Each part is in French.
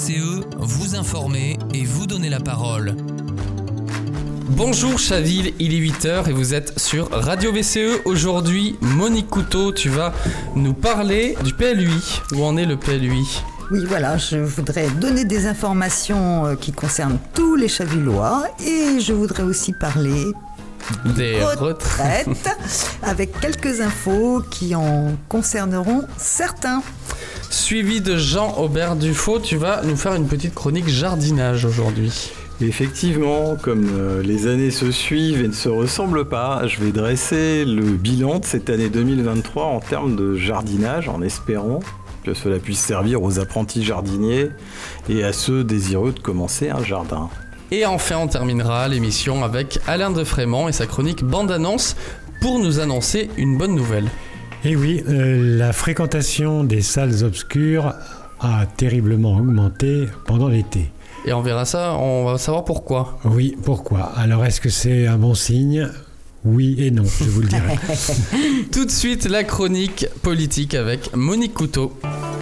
VCE, vous informer et vous donner la parole. Bonjour Chaville, il est 8h et vous êtes sur Radio VCE. Aujourd'hui, Monique Couteau, tu vas nous parler du PLUI. Où en est le PLUI ? Oui, voilà, je voudrais donner des informations qui concernent tous les Chavillois et je voudrais aussi parler des retraites avec quelques infos qui en concerneront certains. Suivi de Jean-Aubert Dufaux, tu vas nous faire une petite chronique jardinage aujourd'hui. Effectivement, comme les années se suivent et ne se ressemblent pas, je vais dresser le bilan de cette année 2023 en termes de jardinage, en espérant que cela puisse servir aux apprentis jardiniers et à ceux désireux de commencer un jardin. Et enfin, on terminera l'émission avec Alain Defrémont et sa chronique bande-annonce pour nous annoncer une bonne nouvelle. Et oui, la fréquentation des salles obscures a terriblement augmenté pendant l'été. Et on verra ça, on va savoir pourquoi. Oui, pourquoi ? Alors, est-ce que c'est un bon signe ? Oui et non, je vous le dirai. Tout de suite, la chronique politique avec Monique Couteau.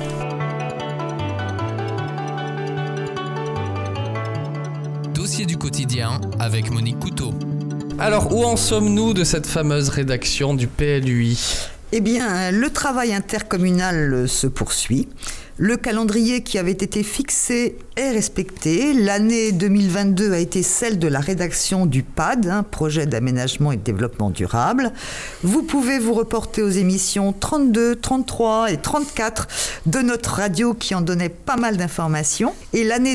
Dossier du quotidien avec Monique Couteau. Alors, où en sommes-nous de cette fameuse rédaction du PLUI ? Eh bien, le travail intercommunal se poursuit. Le calendrier qui avait été fixé est respecté. L'année 2022 a été celle de la rédaction du PAD, projet d'aménagement et de développement durable. Vous pouvez vous reporter aux émissions 32, 33 et 34 de notre radio qui en donnait pas mal d'informations. Et l'année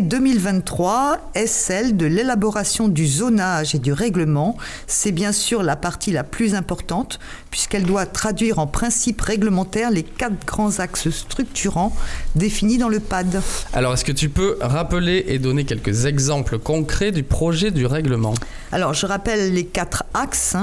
2023 est celle de l'élaboration du zonage et du règlement. C'est bien sûr la partie la plus importante puisqu'elle doit traduire en principes réglementaires les 4 grands axes structurants définis dans le PAD. Alors, est-ce que tu peux rappeler et donner quelques exemples concrets du projet du règlement ? Alors, je rappelle les 4 axes.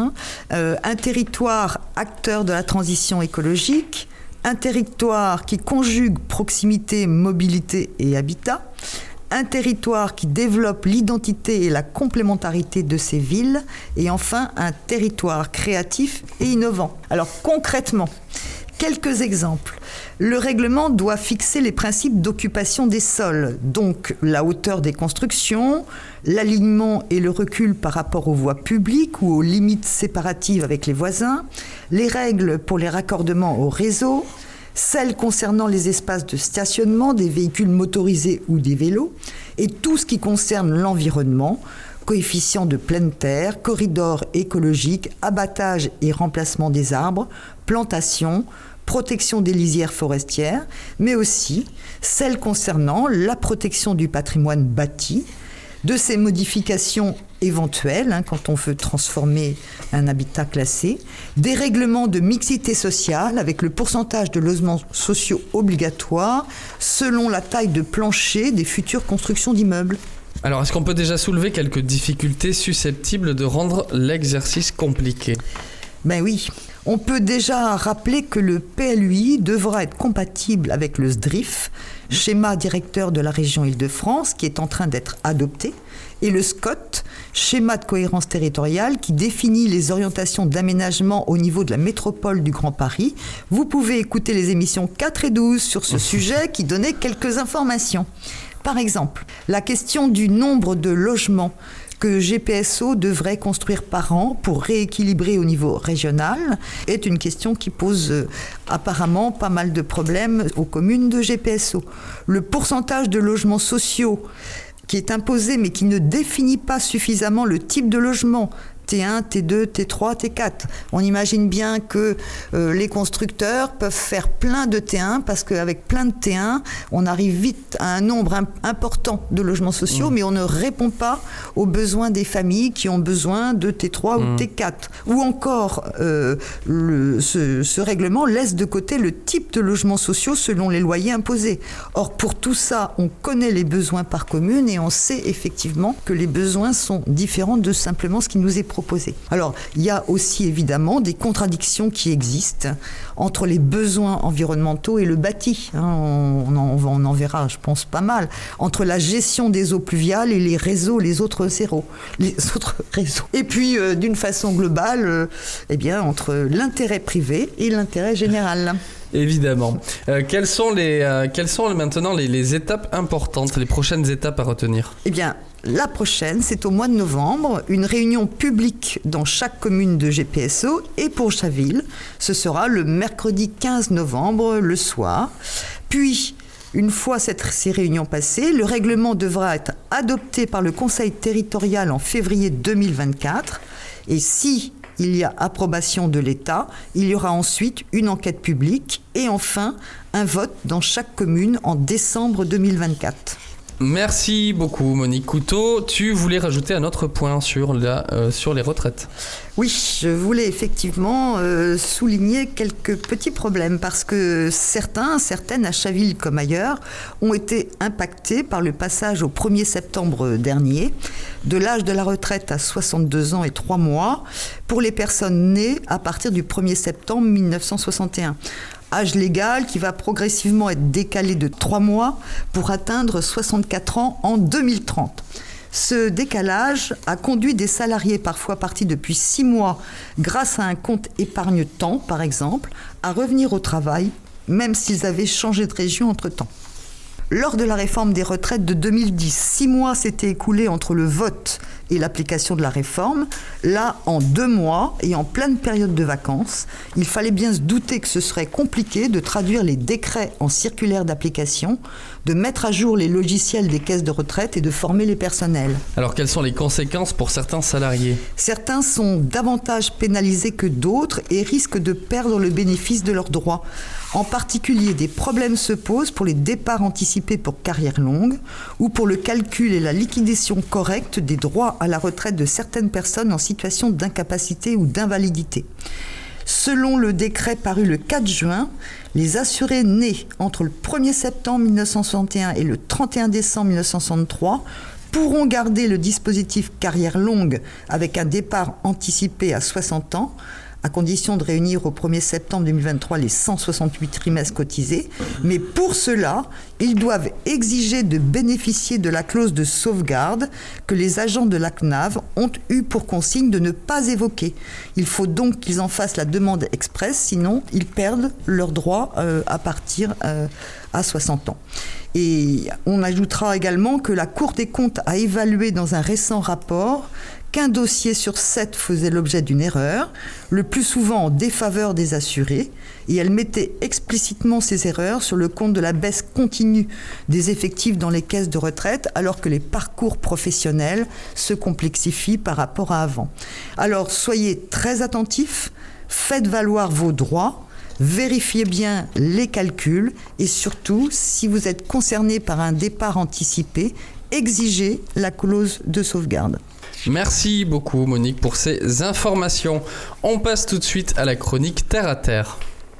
Un territoire acteur de la transition écologique, un territoire qui conjugue proximité, mobilité et habitat, un territoire qui développe l'identité et la complémentarité de ces villes, et enfin un territoire créatif et innovant. Alors concrètement, quelques exemples. Le règlement doit fixer les principes d'occupation des sols, donc la hauteur des constructions, l'alignement et le recul par rapport aux voies publiques ou aux limites séparatives avec les voisins, les règles pour les raccordements au réseau, celles concernant les espaces de stationnement des véhicules motorisés ou des vélos, et tout ce qui concerne l'environnement, coefficient de pleine terre, corridors écologiques, abattage et remplacement des arbres, plantation, protection des lisières forestières, mais aussi celles concernant la protection du patrimoine bâti, de ces modifications éventuelles, quand on veut transformer un habitat classé, des règlements de mixité sociale avec le pourcentage de logements sociaux obligatoires selon la taille de plancher des futures constructions d'immeubles. Alors, est-ce qu'on peut déjà soulever quelques difficultés susceptibles de rendre l'exercice compliqué ? Ben oui, on peut déjà rappeler que le PLUI devra être compatible avec le SDRIF, schéma directeur de la région Île-de-France, qui est en train d'être adopté, et le SCOT, schéma de cohérence territoriale, qui définit les orientations d'aménagement au niveau de la métropole du Grand Paris. Vous pouvez écouter les émissions 4 et 12 sur ce sujet qui donnaient quelques informations. Par exemple, la question du nombre de logements que GPSO devrait construire par an pour rééquilibrer au niveau régional est une question qui pose apparemment pas mal de problèmes aux communes de GPSO. Le pourcentage de logements sociaux qui est imposé mais qui ne définit pas suffisamment le type de logement, T1, T2, T3, T4. On imagine bien que les constructeurs peuvent faire plein de T1 parce qu'avec plein de T1, on arrive vite à un nombre important de logements sociaux, mais on ne répond pas aux besoins des familles qui ont besoin de T3 ou T4. Ou encore, ce règlement laisse de côté le type de logements sociaux selon les loyers imposés. Or, pour tout ça, on connaît les besoins par commune et on sait effectivement que les besoins sont différents de simplement ce qui nous est proposé. Alors, il y a aussi évidemment des contradictions qui existent entre les besoins environnementaux et le bâti. On en verra, je pense, pas mal. Entre la gestion des eaux pluviales et les réseaux, les autres réseaux. Et puis, d'une façon globale, entre l'intérêt privé et l'intérêt général. Évidemment. Quelles sont maintenant les étapes importantes, les prochaines étapes à retenir ? Eh bien, la prochaine, c'est au mois de novembre, une réunion publique dans chaque commune de GPSO. Et pour Chaville, ce sera le mercredi 15 novembre, le soir. Puis, une fois ces réunions passées, le règlement devra être adopté par le Conseil territorial en février 2024. Et si il y a approbation de l'État, il y aura ensuite une enquête publique et enfin un vote dans chaque commune en décembre 2024. Merci beaucoup Monique Couteau. Tu voulais rajouter un autre point sur les retraites. Oui, je voulais effectivement souligner quelques petits problèmes parce que certaines à Chaville comme ailleurs, ont été impactés par le passage au 1er septembre dernier de l'âge de la retraite à 62 ans et 3 mois pour les personnes nées à partir du 1er septembre 1961. Âge légal qui va progressivement être décalé de 3 mois pour atteindre 64 ans en 2030. Ce décalage a conduit des salariés parfois partis depuis 6 mois grâce à un compte épargne-temps par exemple, à revenir au travail même s'ils avaient changé de région entre-temps. Lors de la réforme des retraites de 2010, 6 mois s'étaient écoulés entre le vote et l'application de la réforme. Là, en 2 mois et en pleine période de vacances, il fallait bien se douter que ce serait compliqué de traduire les décrets en circulaires d'application, de mettre à jour les logiciels des caisses de retraite et de former les personnels. Alors, quelles sont les conséquences pour certains salariés ? Certains sont davantage pénalisés que d'autres et risquent de perdre le bénéfice de leurs droits. En particulier, des problèmes se posent pour les départs anticipés pour carrière longue ou pour le calcul et la liquidation correcte des droits à la retraite de certaines personnes en situation d'incapacité ou d'invalidité. Selon le décret paru le 4 juin, les assurés nés entre le 1er septembre 1961 et le 31 décembre 1963 pourront garder le dispositif carrière longue avec un départ anticipé à 60 ans, à condition de réunir au 1er septembre 2023 les 168 trimestres cotisés. Mais pour cela, ils doivent exiger de bénéficier de la clause de sauvegarde que les agents de la CNAV ont eu pour consigne de ne pas évoquer. Il faut donc qu'ils en fassent la demande express, sinon ils perdent leurs droits à partir à 60 ans. Et on ajoutera également que la Cour des comptes a évalué dans un récent rapport qu'un dossier sur 7 faisait l'objet d'une erreur, le plus souvent en défaveur des assurés, et elle mettait explicitement ces erreurs sur le compte de la baisse continue des effectifs dans les caisses de retraite, alors que les parcours professionnels se complexifient par rapport à avant. Alors soyez très attentifs, faites valoir vos droits, vérifiez bien les calculs et surtout, si vous êtes concerné par un départ anticipé, exigez la clause de sauvegarde. Merci beaucoup Monique pour ces informations. On passe tout de suite à la chronique Terre à Terre.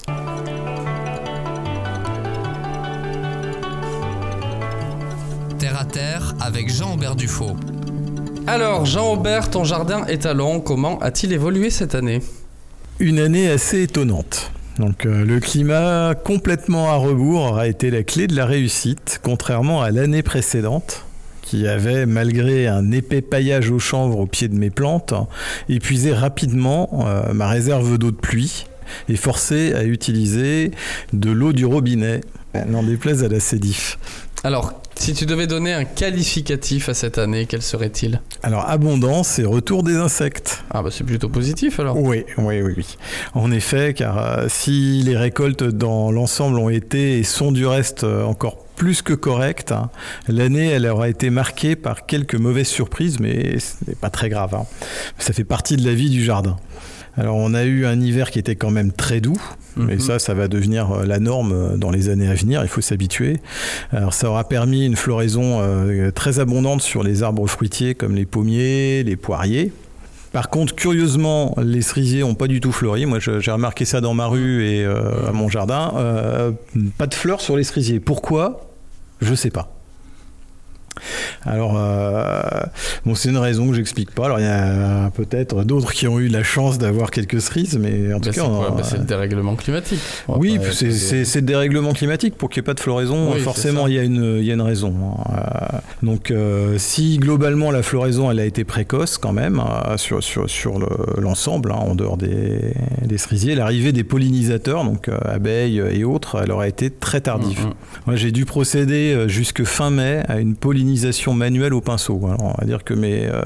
Terre à Terre avec Jean-Aubert Dufaux. Alors Jean-Aubert, ton jardin étalon, comment a-t-il évolué cette année ? Une année assez étonnante. Donc le climat complètement à rebours aura été la clé de la réussite, contrairement à l'année précédente, qui avait, malgré un épais paillage au chanvre au pied de mes plantes, épuisé rapidement ma réserve d'eau de pluie et forcé à utiliser de l'eau du robinet, n'en déplaise à la Sédif. Alors, si tu devais donner un qualificatif à cette année, quel serait-il ? Alors, abondance et retour des insectes. Ah bah c'est plutôt positif alors. Oui. En effet, car si les récoltes dans l'ensemble ont été et sont du reste encore plus que correctes, l'année elle aura été marquée par quelques mauvaises surprises, mais ce n'est pas très grave. Ça fait partie de la vie du jardin. Alors on a eu un hiver qui était quand même très doux, mais ça va devenir la norme dans les années à venir, il faut s'habituer. Alors ça aura permis une floraison très abondante sur les arbres fruitiers comme les pommiers, les poiriers. Par contre, curieusement, les cerisiers n'ont pas du tout fleuri. Moi, j'ai remarqué ça dans ma rue et à mon jardin. Pas de fleurs sur les cerisiers. Pourquoi ? Je ne sais pas. Alors, c'est une raison que j'explique pas. Alors, il y a peut-être d'autres qui ont eu la chance d'avoir quelques cerises, mais en tout cas... c'est le dérèglement climatique. Oui, c'est le dérèglement climatique. Pour qu'il n'y ait pas de floraison, forcément, il y a une raison. Donc, si globalement, la floraison, elle a été précoce quand même, sur l'ensemble, en dehors des cerisiers, l'arrivée des pollinisateurs, donc abeilles et autres, elle aura été très tardive. Moi, j'ai dû procéder jusque fin mai à une pollinisation manuelle au pinceau. Alors, on va dire que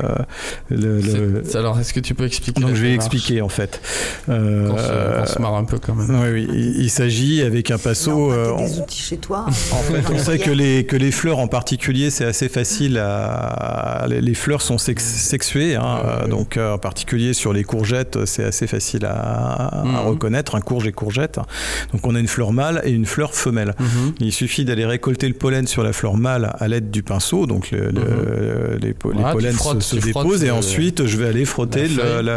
alors, est-ce que tu peux expliquer? Donc, je vais expliquer en fait. On se marre un peu quand même. Oui. Il s'agit avec un pinceau. Des outils chez toi. En fait, on sait que les fleurs en particulier, c'est assez facile les fleurs sont sexuées, donc en particulier sur les courgettes, c'est assez facile à reconnaître, un courge et courgette. Donc, on a une fleur mâle et une fleur femelle. Il suffit d'aller récolter le pollen sur la fleur mâle à l'aide du pinceau. Donc les pollens se déposent et ensuite je vais aller frotter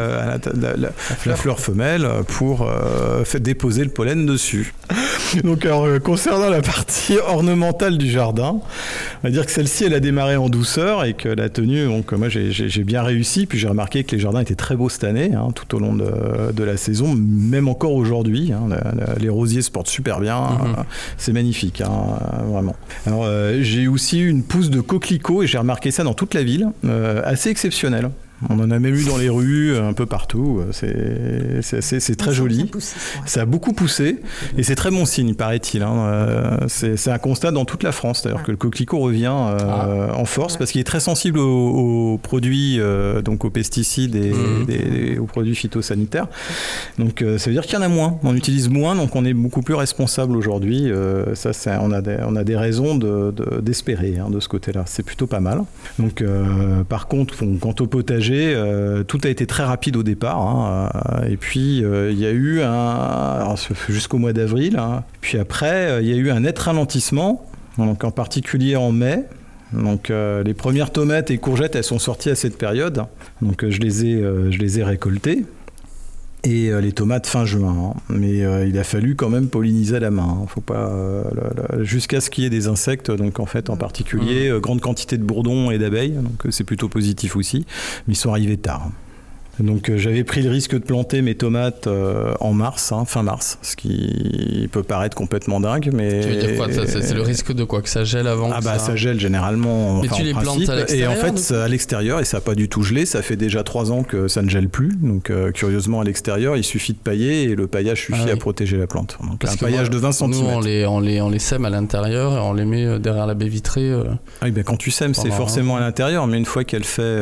la fleur femelle pour déposer le pollen dessus. Donc alors, concernant la partie ornementale du jardin, on va dire que celle-ci elle a démarré en douceur et que la tenue, donc moi j'ai bien réussi, puis j'ai remarqué que les jardins étaient très beaux cette année, tout au long de la saison, même encore aujourd'hui, les rosiers se portent super bien, c'est magnifique, vraiment. Alors j'ai aussi eu une pousse de coquelicots et j'ai remarqué ça dans toute la ville, assez exceptionnel. On en a même eu dans les rues, un peu partout. C'est très joli. Ça a beaucoup poussé et c'est très bon signe, paraît-il. C'est un constat dans toute la France, d'ailleurs, que le coquelicot revient en force parce qu'il est très sensible aux produits, donc aux pesticides et aux produits phytosanitaires. Donc ça veut dire qu'il y en a moins. On utilise moins, donc on est beaucoup plus responsable aujourd'hui. On a des raisons d'espérer de ce côté-là. C'est plutôt pas mal. Donc par contre, quant au potager, tout a été très rapide au départ, et puis il y a eu jusqu'au mois d'avril, puis après il y a eu un net ralentissement, donc en particulier en mai. Donc les premières tomates et courgettes, elles sont sorties à cette période, donc je les ai récoltées. Et les tomates fin juin, mais il a fallu quand même polliniser à la main. Faut pas jusqu'à ce qu'il y ait des insectes, donc en fait en particulier grande quantité de bourdons et d'abeilles, donc c'est plutôt positif aussi, mais ils sont arrivés tard. Donc j'avais pris le risque de planter mes tomates en mars, fin mars, ce qui peut paraître complètement dingue, mais... Tu veux dire quoi? C'est le risque de quoi? Que ça gèle avant? Ça gèle généralement. Mais tu les plantes à l'extérieur? Et en fait, à l'extérieur, et ça n'a pas du tout gelé, ça fait déjà 3 ans que ça ne gèle plus, donc curieusement à l'extérieur, il suffit de pailler et le paillage suffit à protéger la plante. Donc un paillage de 20 cm. Nous, on les sème à l'intérieur et on les met derrière la baie vitrée. Oui, quand tu sèmes, c'est forcément à l'intérieur, mais une fois qu'elle fait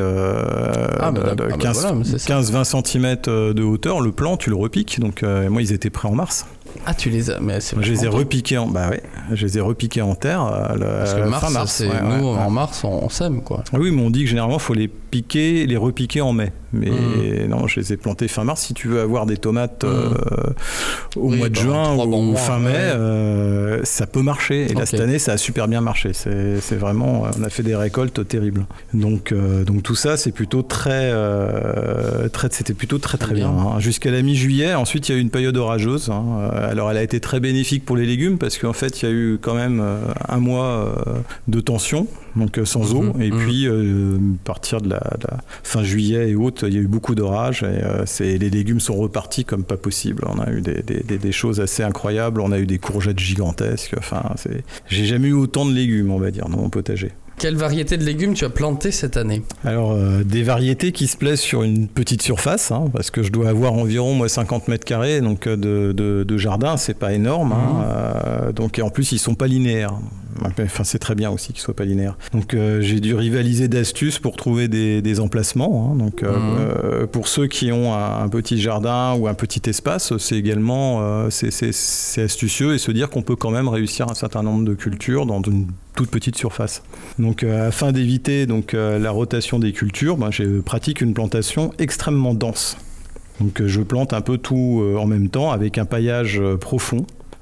15-20 cm de hauteur, le plant, tu le repiques. Donc moi, ils étaient prêts en mars. Ah, tu les as... Mais c'est je les ai repiqués en terre parce que fin mars. En mars, on sème, quoi. Oui, mais on dit que généralement, il faut les repiquer en mai. Mais non, je les ai plantés fin mars. Si tu veux avoir des tomates au mois de juin ou fin mai, ça peut marcher. Et là, cette année, ça a super bien marché. C'est vraiment... on a fait des récoltes terribles. Donc tout ça, c'est plutôt c'était plutôt très bien. Jusqu'à la mi-juillet. Ensuite, il y a eu une période orageuse. Alors, elle a été très bénéfique pour les légumes parce qu'en fait, il y a eu quand même un mois de tension, donc sans eau. Et puis, à partir de la fin juillet et août, il y a eu beaucoup d'orages et les légumes sont repartis comme pas possible. On a eu des choses assez incroyables. On a eu des courgettes gigantesques. J'ai jamais eu autant de légumes, on va dire, dans mon potager. Quelle variété de légumes tu as planté cette année? Alors, des variétés qui se plaisent sur une petite surface, parce que je dois avoir environ 50 mètres carrés donc, de jardin, c'est pas énorme. Donc, et en plus, ils sont pas linéaires. Enfin, c'est très bien aussi qu'ils soient pas linéaires. Donc, j'ai dû rivaliser d'astuces pour trouver des emplacements. Donc, pour ceux qui ont un petit jardin ou un petit espace, c'est également c'est astucieux et se dire qu'on peut quand même réussir un certain nombre de cultures dans une toute petite surface. Donc, afin d'éviter la rotation des cultures, je pratique une plantation extrêmement dense. Donc, je plante un peu tout en même temps avec un paillage profond.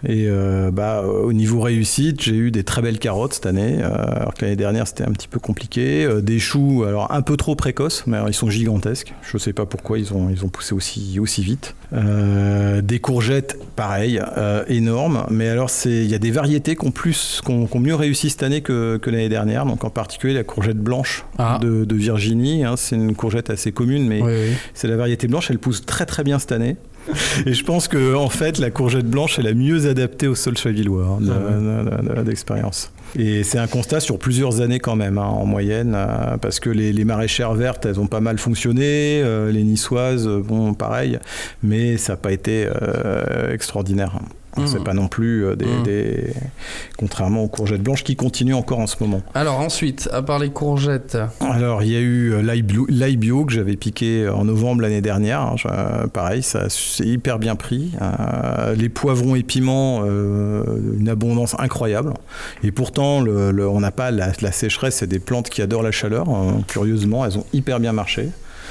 Et au niveau réussite, j'ai eu des très belles carottes cette année, alors que l'année dernière c'était un petit peu compliqué. Des choux, alors un peu trop précoces, mais alors, ils sont gigantesques. Je ne sais pas pourquoi ils ont poussé aussi vite. Des courgettes, pareil, énormes. Mais alors il y a des variétés qui ont mieux réussi cette année que l'année dernière. Donc en particulier la courgette blanche de Virginie. Hein, c'est une courgette assez commune, mais c'est la variété blanche. Elle pousse très très bien cette année. Et je pense que en fait, la courgette blanche est la mieux adaptée au sol chavillois d'expérience. Et c'est un constat sur plusieurs années quand même, en moyenne, parce que les maraîchères vertes, elles ont pas mal fonctionné, les niçoises, pareil, mais ça n'a pas été extraordinaire. C'est pas non plus contrairement aux courgettes blanches qui continuent encore en ce moment. Alors ensuite, à part les courgettes. Alors il y a eu l'ail bio que j'avais piqué en novembre l'année dernière. Pareil, ça s'est hyper bien pris. Les poivrons et piments, une abondance incroyable. Et pourtant, on n'a pas la sécheresse. C'est des plantes qui adorent la chaleur. Curieusement, elles ont hyper bien marché.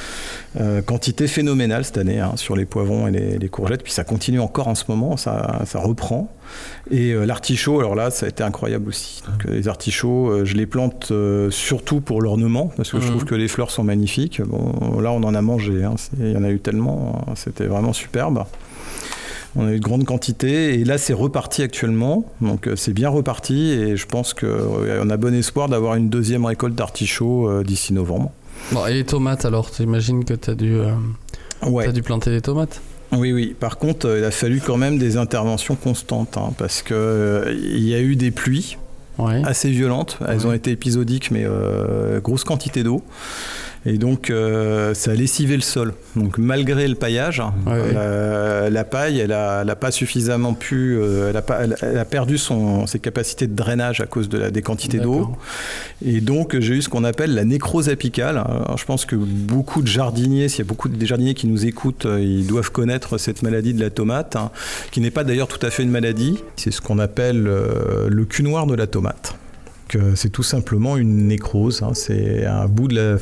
Quantité phénoménale cette année sur les poivrons et les courgettes, puis ça continue encore en ce moment, ça reprend. Et l'artichaut, alors là ça a été incroyable aussi. Donc, les artichauts, je les plante surtout pour l'ornement, parce que je trouve que les fleurs sont magnifiques. Bon, là on en a mangé, il y en a eu tellement, c'était vraiment superbe. On a eu de grandes quantités et là c'est reparti actuellement, donc c'est bien reparti et je pense qu'on a bon espoir d'avoir une deuxième récolte d'artichauts d'ici novembre. Bon, et les tomates alors, t'imagines que t'as dû planter des tomates ? Oui. Par contre, il a fallu quand même des interventions constantes, parce que il y a eu des pluies assez violentes. Elles ont été épisodiques, mais grosse quantité d'eau. Et donc, ça a lessivé le sol. Donc, malgré le paillage, la paille, elle a pas suffisamment pu... elle a perdu ses capacités de drainage à cause des quantités d'eau. Et donc, j'ai eu ce qu'on appelle la nécrose apicale. Alors, je pense que beaucoup de jardiniers, s'il y a beaucoup des jardiniers qui nous écoutent, ils doivent connaître cette maladie de la tomate, qui n'est pas d'ailleurs tout à fait une maladie. C'est ce qu'on appelle le cul noir de la tomate. C'est tout simplement une nécrose, c'est un bout de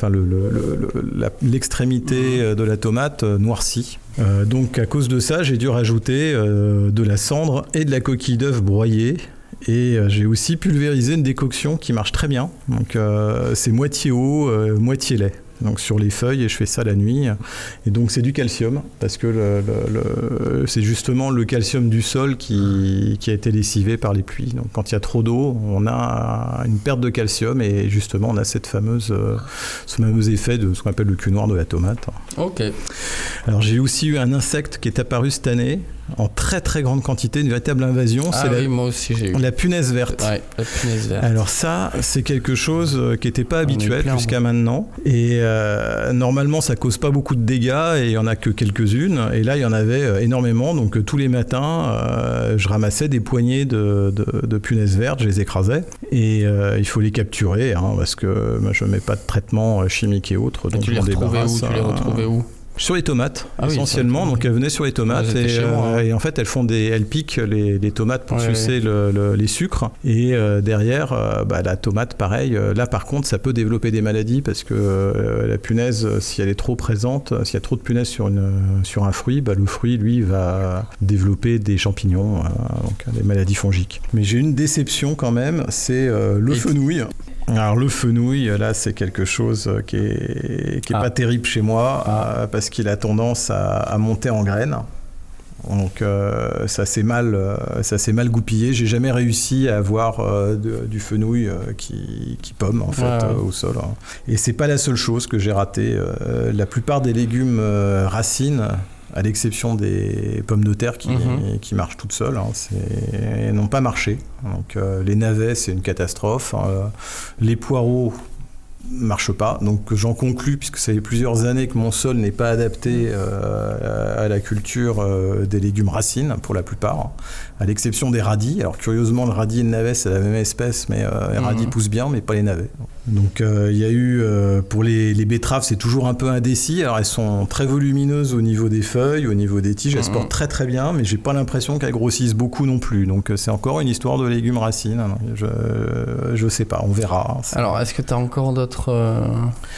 l'extrémité de la tomate noircie. Donc à cause de ça, j'ai dû rajouter de la cendre et de la coquille d'œuf broyée. Et j'ai aussi pulvérisé une décoction qui marche très bien. Donc c'est moitié eau, moitié lait. Donc sur les feuilles, et je fais ça la nuit. Et donc c'est du calcium, parce que c'est justement le calcium du sol qui a été lessivé par les pluies. Donc quand il y a trop d'eau, on a une perte de calcium, et justement on a ce fameux effet de ce qu'on appelle le cul noir de la tomate. Ok. Alors j'ai aussi eu un insecte qui est apparu cette année, en très très grande quantité, une véritable invasion. Moi aussi j'ai eu. La punaise verte. Ouais, la punaise verte. Alors ça, c'est quelque chose qui n'était pas habituel jusqu'à maintenant. Et normalement, ça cause pas beaucoup de dégâts et il y en a que quelques-unes. Et là, il y en avait énormément. Donc tous les matins, je ramassais des poignées de punaises vertes, je les écrasais. Et il faut les capturer, parce que je mets pas de traitement chimique et autres. Donc tu les retrouvais où ? Tu les retrouvais où ? Sur les tomates, essentiellement. Donc elles venaient sur les tomates et en fait elles piquent les tomates pour sucer les sucres. Et derrière, la tomate, pareil. Là, par contre, ça peut développer des maladies parce que la punaise, si elle est trop présente, s'il y a trop de punaise sur un fruit, le fruit, lui, va développer des champignons, donc des maladies fongiques. Mais j'ai une déception quand même, c'est le fenouil. Alors le fenouil, là, c'est quelque chose qui est pas terrible chez moi parce qu'il a tendance à monter en graines. Donc ça s'est mal goupillé. J'ai jamais réussi à avoir du fenouil qui pomme en fait au sol. Et c'est pas la seule chose que j'ai ratée. La plupart des légumes racines, à l'exception des pommes de terre qui marchent toutes seules, n'ont pas marché. Donc les navets, c'est une catastrophe. Les poireaux marchent pas. Donc j'en conclus, puisque ça fait plusieurs années que mon sol n'est pas adapté à la culture des légumes racines, pour la plupart, à l'exception des radis. Alors curieusement, le radis et le navet, c'est la même espèce, mais les radis poussent bien, mais pas les navets. Donc il y a eu, pour les betteraves, c'est toujours un peu indécis. Alors elles sont très volumineuses au niveau des feuilles, au niveau des tiges, elles se portent très très bien, mais j'ai pas l'impression qu'elles grossissent beaucoup non plus. Donc c'est encore une histoire de légumes racines. Je sais pas, on verra. Alors est-ce que tu as encore d'autres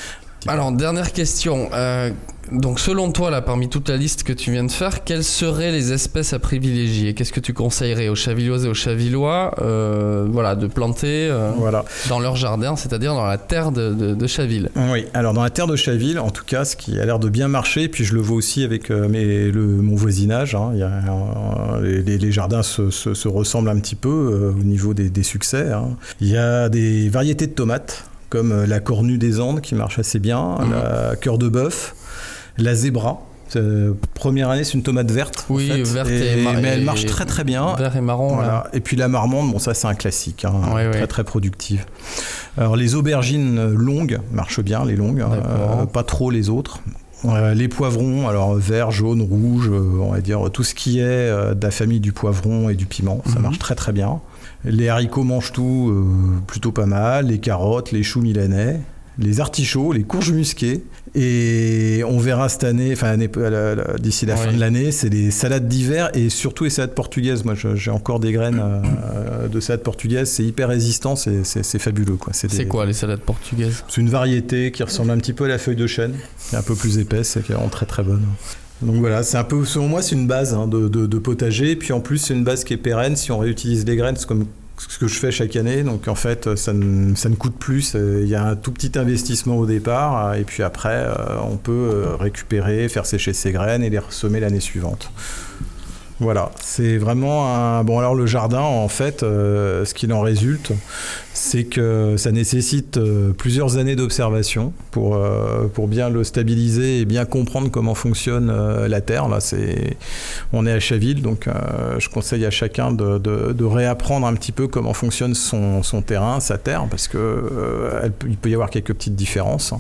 Alors, dernière question. Donc, selon toi, là, parmi toute la liste que tu viens de faire, quelles seraient les espèces à privilégier ? Qu'est-ce que tu conseillerais aux Chavilloises et aux Chavillois de planter dans leur jardin, c'est-à-dire dans la terre de Chaville ? Oui, alors dans la terre de Chaville, en tout cas, ce qui a l'air de bien marcher, puis je le vois aussi avec mon voisinage, hein, les jardins se ressemblent un petit peu au niveau des succès. Hein. Il y a des variétés de tomates, comme la cornue des Andes qui marche assez bien, la cœur de bœuf, la zébra. Première année, c'est une tomate verte. Oui, en fait, verte mais elle marche très très bien. Vert et marron. Voilà. Là. Et puis la marmande, bon ça c'est un classique, hein, très très productive. Alors les aubergines longues marchent bien, les longues, pas trop les autres. Les poivrons, alors vert, jaune, rouge, on va dire tout ce qui est de la famille du poivron et du piment, ça marche très très bien. Les haricots mangent tout, plutôt pas mal. Les carottes, les choux milanais, les artichauts, les courges musquées. Et on verra cette année, d'ici la fin de l'année, c'est les salades d'hiver et surtout les salades portugaises. Moi, j'ai encore des graines de salades portugaises. C'est hyper résistant, c'est fabuleux, quoi. C'est quoi les salades portugaises ? C'est une variété qui ressemble un petit peu à la feuille de chêne, qui est un peu plus épaisse et qui est vraiment très très bonne. Donc voilà, c'est un peu, selon moi, c'est une base de potager. Et puis en plus, c'est une base qui est pérenne. Si on réutilise les graines, c'est comme ce que je fais chaque année. Donc en fait, ça ne coûte plus. Il y a un tout petit investissement au départ. Et puis après, on peut récupérer, faire sécher ses graines et les ressemer l'année suivante. Voilà, c'est vraiment Bon, alors le jardin, en fait, ce qu'il en résulte, c'est que ça nécessite plusieurs années d'observation pour bien le stabiliser et bien comprendre comment fonctionne la terre. Là, on est à Chaville, donc je conseille à chacun de réapprendre un petit peu comment fonctionne son terrain, sa terre, parce qu'il peut y avoir quelques petites différences.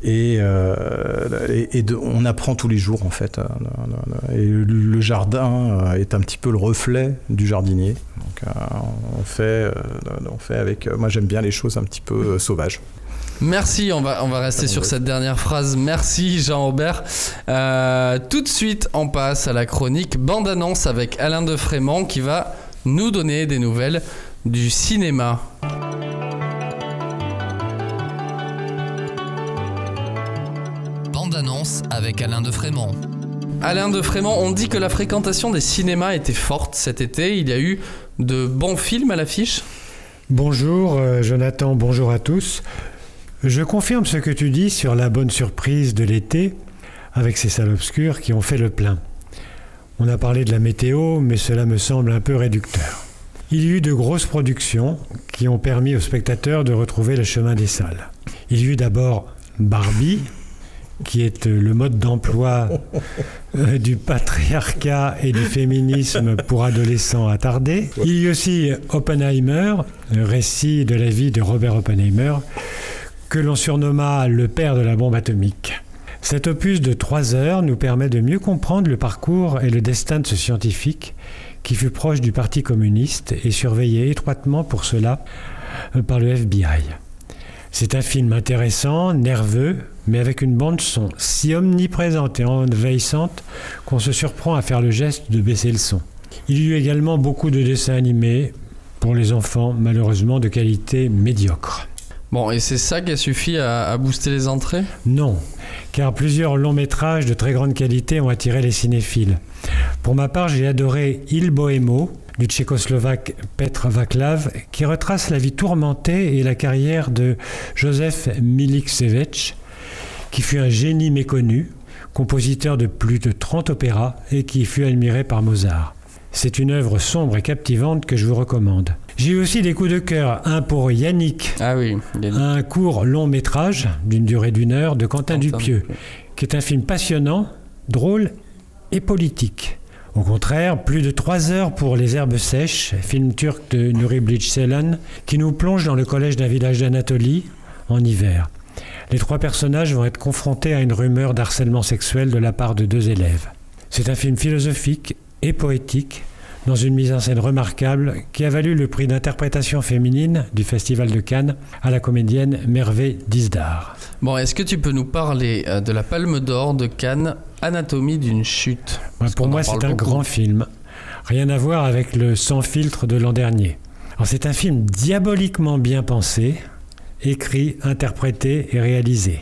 On apprend tous les jours, en fait. Et le jardin est un petit peu le reflet du jardinier. Donc on fait avec... moi j'aime bien les choses un petit peu sauvages. Merci, on va rester sur cette dernière phrase. Merci Jean-Aubert. Tout de suite, on passe à la chronique bande-annonce avec Alain de Frémont qui va nous donner des nouvelles du cinéma. Bande-annonce avec Alain de Frémont. Alain de Frémont, on dit que la fréquentation des cinémas était forte cet été. Il y a eu de bons films à l'affiche ? Bonjour Jonathan, bonjour à tous. Je confirme ce que tu dis sur la bonne surprise de l'été avec ces salles obscures qui ont fait le plein. On a parlé de la météo, mais cela me semble un peu réducteur. Il y a eu de grosses productions qui ont permis aux spectateurs de retrouver le chemin des salles. Il y a eu d'abord Barbie, qui est le mode d'emploi du patriarcat et du féminisme pour adolescents attardés. Il y a aussi Oppenheimer, récit de la vie de Robert Oppenheimer, que l'on surnomma le père de la bombe atomique. Cet opus de 3 heures nous permet de mieux comprendre le parcours et le destin de ce scientifique qui fut proche du Parti communiste et surveillé étroitement pour cela par le FBI. C'est un film intéressant, nerveux, mais avec une bande-son si omniprésente et envahissante qu'on se surprend à faire le geste de baisser le son. Il y eut également beaucoup de dessins animés, pour les enfants, malheureusement de qualité médiocre. Bon, et c'est ça qui a suffi à booster les entrées ? Non, car plusieurs longs métrages de très grande qualité ont attiré les cinéphiles. Pour ma part, j'ai adoré Il Bohémo, du Tchécoslovaque Petr Václav, qui retrace la vie tourmentée et la carrière de Josef Milošević, qui fut un génie méconnu, compositeur de plus de 30 opéras et qui fut admiré par Mozart. C'est une œuvre sombre et captivante que je vous recommande. J'ai eu aussi des coups de cœur, un pour Yannick, un court long métrage d'une durée d'1 heure de Quentin Dupieux, qui est un film passionnant, drôle et politique. Au contraire, plus de 3 heures pour Les Herbes Sèches, film turc de Nuri Bilge Ceylan, qui nous plonge dans le collège d'un village d'Anatolie en hiver. Les 3 personnages vont être confrontés à une rumeur d'harcèlement sexuel de la part de 2 élèves. C'est un film philosophique et poétique, dans une mise en scène remarquable, qui a valu le prix d'interprétation féminine du Festival de Cannes à la comédienne Merve Dizdar. Bon, est-ce que tu peux nous parler de la Palme d'Or de Cannes, Anatomie d'une chute ? Pour moi, c'est un grand film. Rien à voir avec le Sans filtre de l'an dernier. Alors, c'est un film diaboliquement bien pensé, écrit, interprété et réalisé.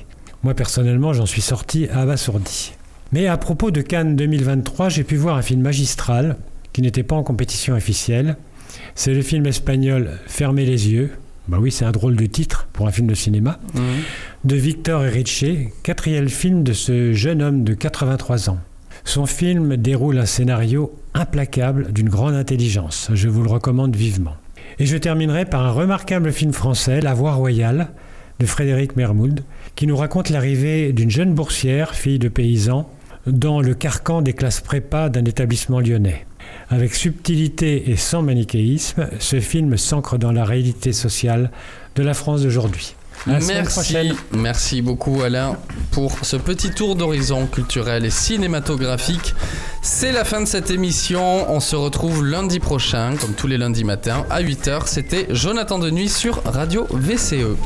Moi personnellement, j'en suis sorti abasourdi. Mais à propos de Cannes 2023, j'ai pu voir un film magistral qui n'était pas en compétition officielle. C'est le film espagnol Fermez les yeux. Bah oui, c'est un drôle de titre pour un film de cinéma. De Victor Erice, 4e film de ce jeune homme de 83 ans. Son film déroule un scénario implacable d'une grande intelligence. Je vous le recommande vivement. Et je terminerai par un remarquable film français, La Voie royale, de Frédéric Mermoud, qui nous raconte l'arrivée d'une jeune boursière, fille de paysan, dans le carcan des classes prépa d'un établissement lyonnais. Avec subtilité et sans manichéisme, ce film s'ancre dans la réalité sociale de la France d'aujourd'hui. Merci beaucoup Alain pour ce petit tour d'horizon culturel et cinématographique. C'est la fin de cette émission. On se retrouve lundi prochain, comme tous les lundis matins, à 8h. C'était Jonathan Denuy sur Radio VCE.